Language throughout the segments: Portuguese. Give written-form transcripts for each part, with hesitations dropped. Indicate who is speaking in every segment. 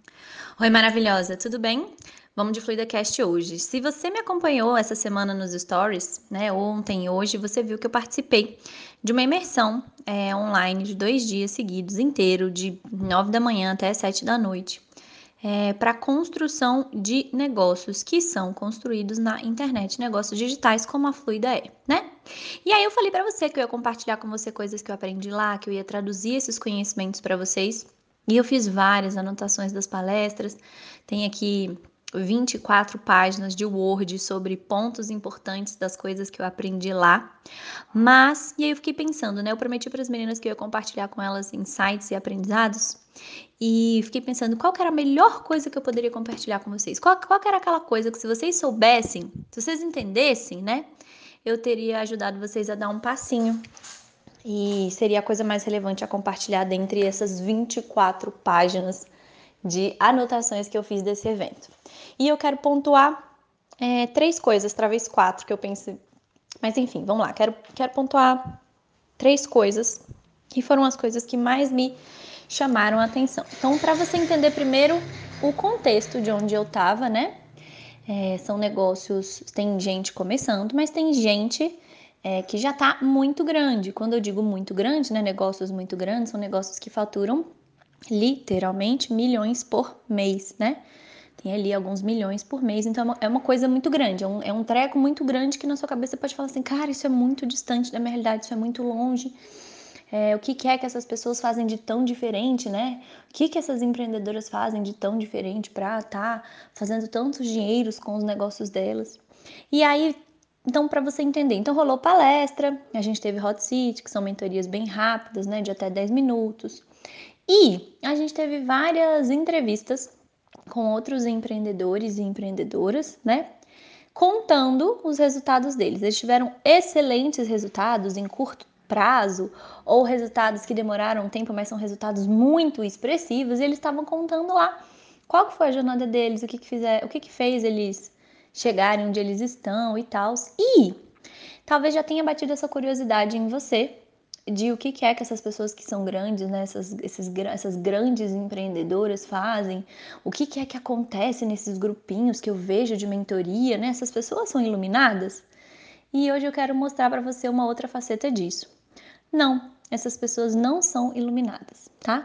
Speaker 1: Oi, maravilhosa, tudo bem? Vamos de FluidaCast hoje. Se você me acompanhou essa semana nos stories, né, ontem e hoje, você viu que eu participei de uma imersão online de 2 dias seguidos, inteiro, de 9 da manhã até 7 da noite, para construção de negócios que são construídos na internet, negócios digitais como a Fluida é, né? E aí eu falei para você que eu ia compartilhar com você coisas que eu aprendi lá, que eu ia traduzir esses conhecimentos para vocês. E eu fiz várias anotações das palestras. Tem aqui 24 páginas de Word sobre pontos importantes das coisas que eu aprendi lá. Mas, e aí eu fiquei pensando, né? Eu prometi para as meninas que eu ia compartilhar com elas insights e aprendizados. E fiquei pensando qual que era a melhor coisa que eu poderia compartilhar com vocês. Qual que era aquela coisa que se vocês soubessem, se vocês entendessem, né? Eu teria ajudado vocês a dar um passinho. E seria a coisa mais relevante a compartilhar dentre essas 24 páginas de anotações que eu fiz desse evento. E eu quero pontuar 3 coisas, talvez 4 que eu pensei. Mas enfim, vamos lá. Quero pontuar 3 coisas que foram as coisas que mais me chamaram a atenção. Então, para você entender primeiro o contexto de onde eu estava, né? São negócios, tem gente começando, mas tem gente que já está muito grande. Quando eu digo muito grande, né, negócios muito grandes, são negócios que faturam literalmente milhões por mês, né? Tem ali alguns milhões por mês, então é uma coisa muito grande, é um treco muito grande que na sua cabeça pode falar assim, cara, isso é muito distante da minha realidade, isso é muito longe. O que é que essas pessoas fazem de tão diferente, né? O que essas empreendedoras fazem de tão diferente para estar fazendo tantos dinheiros com os negócios delas? E aí, então, para você entender, então rolou palestra, a gente teve hot seat, que são mentorias bem rápidas, né, de até 10 minutos. E a gente teve várias entrevistas com outros empreendedores e empreendedoras, né? Contando os resultados deles. Eles tiveram excelentes resultados em curto prazo ou resultados que demoraram um tempo, mas são resultados muito expressivos e eles estavam contando lá qual que foi a jornada deles, o que fez eles chegarem onde eles estão e tal. E talvez já tenha batido essa curiosidade em você de o que é que essas pessoas que são grandes, né, essas grandes empreendedoras fazem, o que é que acontece nesses grupinhos que eu vejo de mentoria, né? Essas pessoas são iluminadas? E hoje eu quero mostrar para você uma outra faceta disso. Não, essas pessoas não são iluminadas, tá?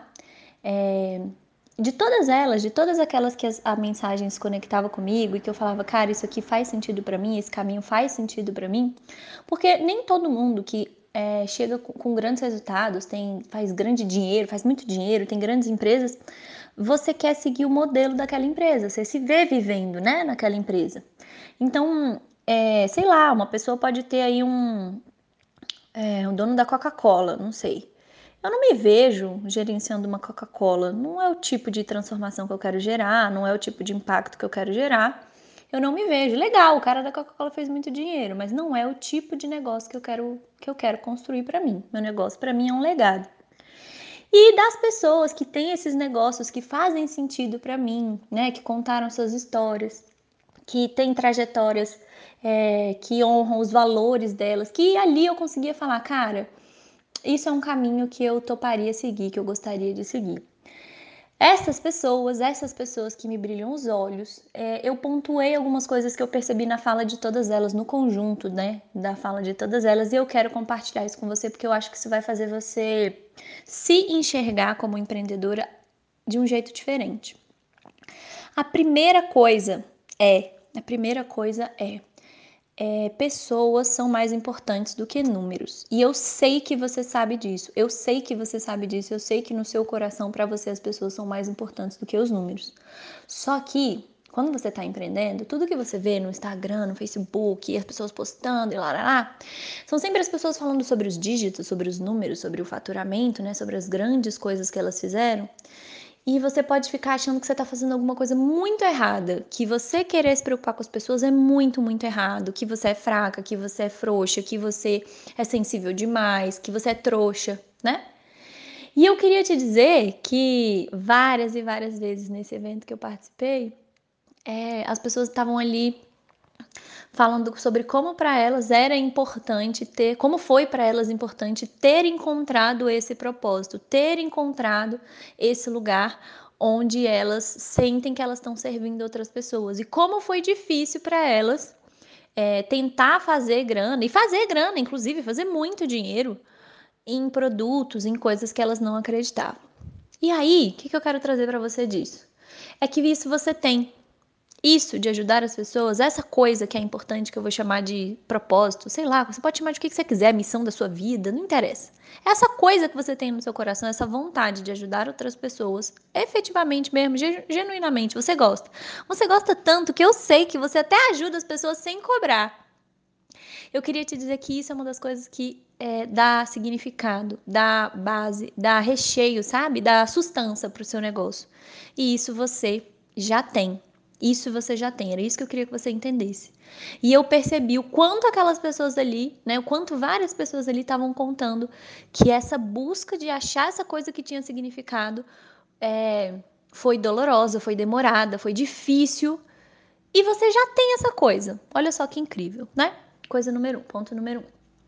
Speaker 1: De todas elas, de todas aquelas que a mensagem se conectava comigo e que eu falava, cara, isso aqui faz sentido para mim, esse caminho faz sentido para mim, porque nem todo mundo que chega com grandes resultados, faz grande dinheiro, faz muito dinheiro, tem grandes empresas, você quer seguir o modelo daquela empresa, você se vê vivendo, né, naquela empresa. Então, sei lá, uma pessoa pode ter aí um dono da Coca-Cola, não sei. Eu não me vejo gerenciando uma Coca-Cola. Não é o tipo de transformação que eu quero gerar, não é o tipo de impacto que eu quero gerar. Eu não me vejo. Legal, o cara da Coca-Cola fez muito dinheiro, mas não é o tipo de negócio que eu quero construir para mim. Meu negócio para mim é um legado. E das pessoas que têm esses negócios que fazem sentido para mim, né, que contaram suas histórias, que têm trajetórias que honram os valores delas, que ali eu conseguia falar, cara, isso é um caminho que eu toparia seguir, que eu gostaria de seguir. Essas pessoas que me brilham os olhos, eu pontuei algumas coisas que eu percebi na fala de todas elas, no conjunto, né, da fala de todas elas, e eu quero compartilhar isso com você, porque eu acho que isso vai fazer você se enxergar como empreendedora de um jeito diferente. A primeira coisa é pessoas são mais importantes do que números. E eu sei que você sabe disso. Eu sei que você sabe disso. Eu sei que no seu coração, para você, as pessoas são mais importantes do que os números. Só que, quando você está empreendendo, tudo que você vê no Instagram, no Facebook, as pessoas postando e lá, são sempre as pessoas falando sobre os dígitos, sobre os números, sobre o faturamento, né? Sobre as grandes coisas que elas fizeram. E você pode ficar achando que você está fazendo alguma coisa muito errada, que você querer se preocupar com as pessoas é muito, muito errado, que você é fraca, que você é frouxa, que você é sensível demais, que você é trouxa, né? E eu queria te dizer que várias e várias vezes nesse evento que eu participei, as pessoas estavam ali falando sobre como para elas era importante como foi para elas importante ter encontrado esse propósito, ter encontrado esse lugar onde elas sentem que elas estão servindo outras pessoas. E como foi difícil para elas tentar fazer grana, e fazer grana, inclusive, fazer muito dinheiro em produtos, em coisas que elas não acreditavam. E aí, o que eu quero trazer para você disso? É que isso você tem. Isso de ajudar as pessoas, essa coisa que é importante, que eu vou chamar de propósito, sei lá, você pode chamar de o que você quiser, missão da sua vida, não interessa. Essa coisa que você tem no seu coração, essa vontade de ajudar outras pessoas, efetivamente mesmo, genuinamente, você gosta. Você gosta tanto que eu sei que você até ajuda as pessoas sem cobrar. Eu queria te dizer que isso é uma das coisas que dá significado, dá base, dá recheio, sabe? Dá sustância para o seu negócio. E isso você já tem. Isso você já tem. Era isso que eu queria que você entendesse. E eu percebi o quanto aquelas pessoas ali, né? O quanto várias pessoas ali estavam contando que essa busca de achar essa coisa que tinha significado foi dolorosa, foi demorada, foi difícil. E você já tem essa coisa. Olha só que incrível, né? Coisa número 1, ponto número 1.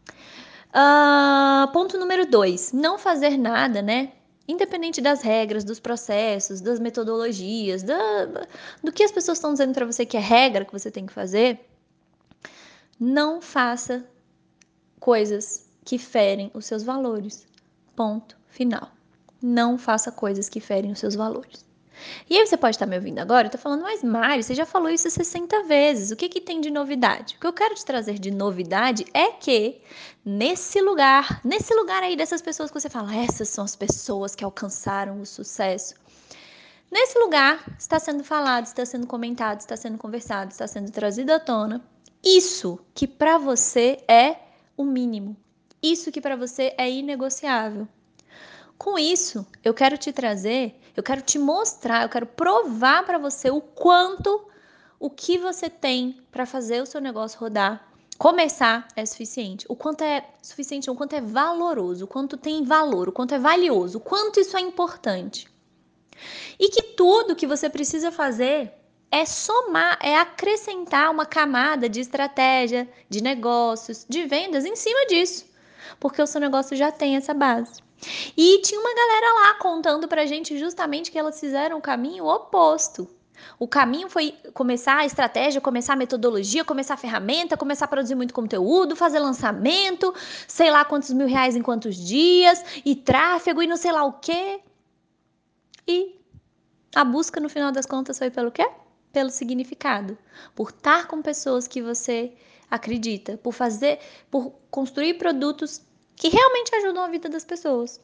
Speaker 1: Ponto número 2, não fazer nada, né? Independente das regras, dos processos, das metodologias, do que as pessoas estão dizendo para você que é regra que você tem que fazer, não faça coisas que ferem os seus valores. Ponto final. Não faça coisas que ferem os seus valores. E aí você pode estar me ouvindo agora e tá falando, mas Mari, você já falou isso 60 vezes, o que tem de novidade? O que eu quero te trazer de novidade é que nesse lugar aí dessas pessoas que você fala, essas são as pessoas que alcançaram o sucesso. Nesse lugar está sendo falado, está sendo comentado, está sendo conversado, está sendo trazido à tona. Isso que para você é o mínimo. Isso que para você é inegociável. Com isso, eu quero te trazer, eu quero te mostrar, eu quero provar para você o que você tem para fazer o seu negócio rodar. Começar é suficiente. O quanto é suficiente, o quanto é valoroso, o quanto tem valor, o quanto é valioso, o quanto isso é importante. E que tudo que você precisa fazer é somar, é acrescentar uma camada de estratégia, de negócios, de vendas em cima disso. Porque o seu negócio já tem essa base. E tinha uma galera lá contando pra gente justamente que elas fizeram o caminho oposto. O caminho foi começar a estratégia, começar a metodologia, começar a ferramenta, começar a produzir muito conteúdo, fazer lançamento, sei lá quantos mil reais em quantos dias, e tráfego e não sei lá o quê. E a busca, no final das contas, foi pelo quê? Pelo significado. Por estar com pessoas que você acredita, por construir produtos que realmente ajudam a vida das pessoas.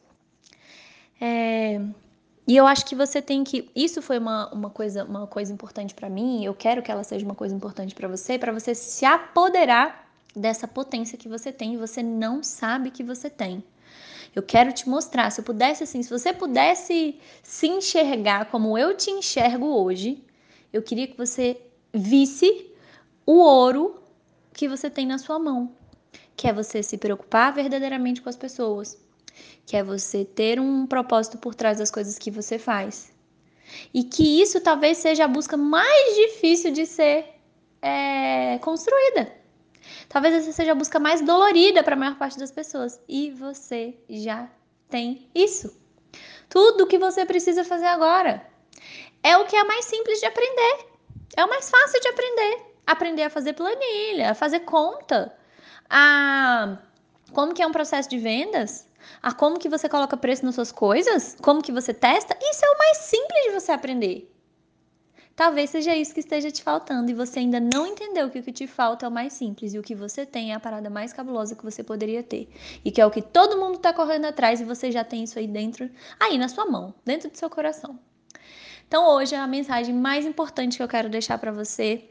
Speaker 1: E eu acho que você tem que. Isso foi uma coisa importante para mim. Eu quero que ela seja uma coisa importante para você se apoderar dessa potência que você tem e você não sabe que você tem. Eu quero te mostrar, se eu pudesse assim, se você pudesse se enxergar como eu te enxergo hoje, eu queria que você visse o ouro que você tem na sua mão, que é você se preocupar verdadeiramente com as pessoas, que é você ter um propósito por trás das coisas que você faz. E que isso talvez seja a busca mais difícil de ser construída. Talvez essa seja a busca mais dolorida para a maior parte das pessoas. E você já tem isso. Tudo o que você precisa fazer agora é o que é mais simples de aprender. É o mais fácil de aprender. Aprender a fazer planilha, a fazer conta, a como que é um processo de vendas, a como que você coloca preço nas suas coisas, como que você testa. Isso é o mais simples de você aprender. Talvez seja isso que esteja te faltando e você ainda não entendeu que o que te falta é o mais simples e o que você tem é a parada mais cabulosa que você poderia ter. E que é o que todo mundo está correndo atrás e você já tem isso aí dentro, aí na sua mão, dentro do seu coração. Então hoje a mensagem mais importante que eu quero deixar para você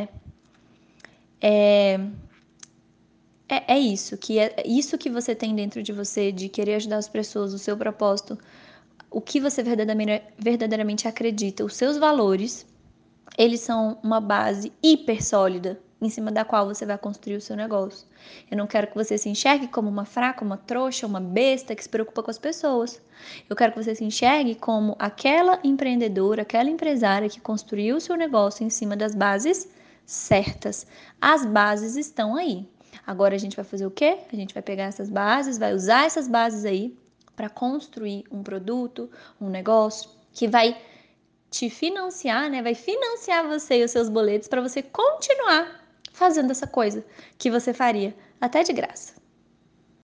Speaker 1: é isso, que é isso que você tem dentro de você, de querer ajudar as pessoas, o seu propósito, o que você verdadeiramente acredita, os seus valores, eles são uma base hiper sólida em cima da qual você vai construir o seu negócio. Eu não quero que você se enxergue como uma fraca, uma trouxa, uma besta que se preocupa com as pessoas. Eu quero que você se enxergue como aquela empreendedora, aquela empresária que construiu o seu negócio em cima das bases certas. As bases estão aí. Agora a gente vai fazer o quê? A gente vai pegar essas bases, vai usar essas bases aí para construir um produto, um negócio que vai te financiar, né? Vai financiar você e os seus boletos para você continuar fazendo essa coisa que você faria até de graça.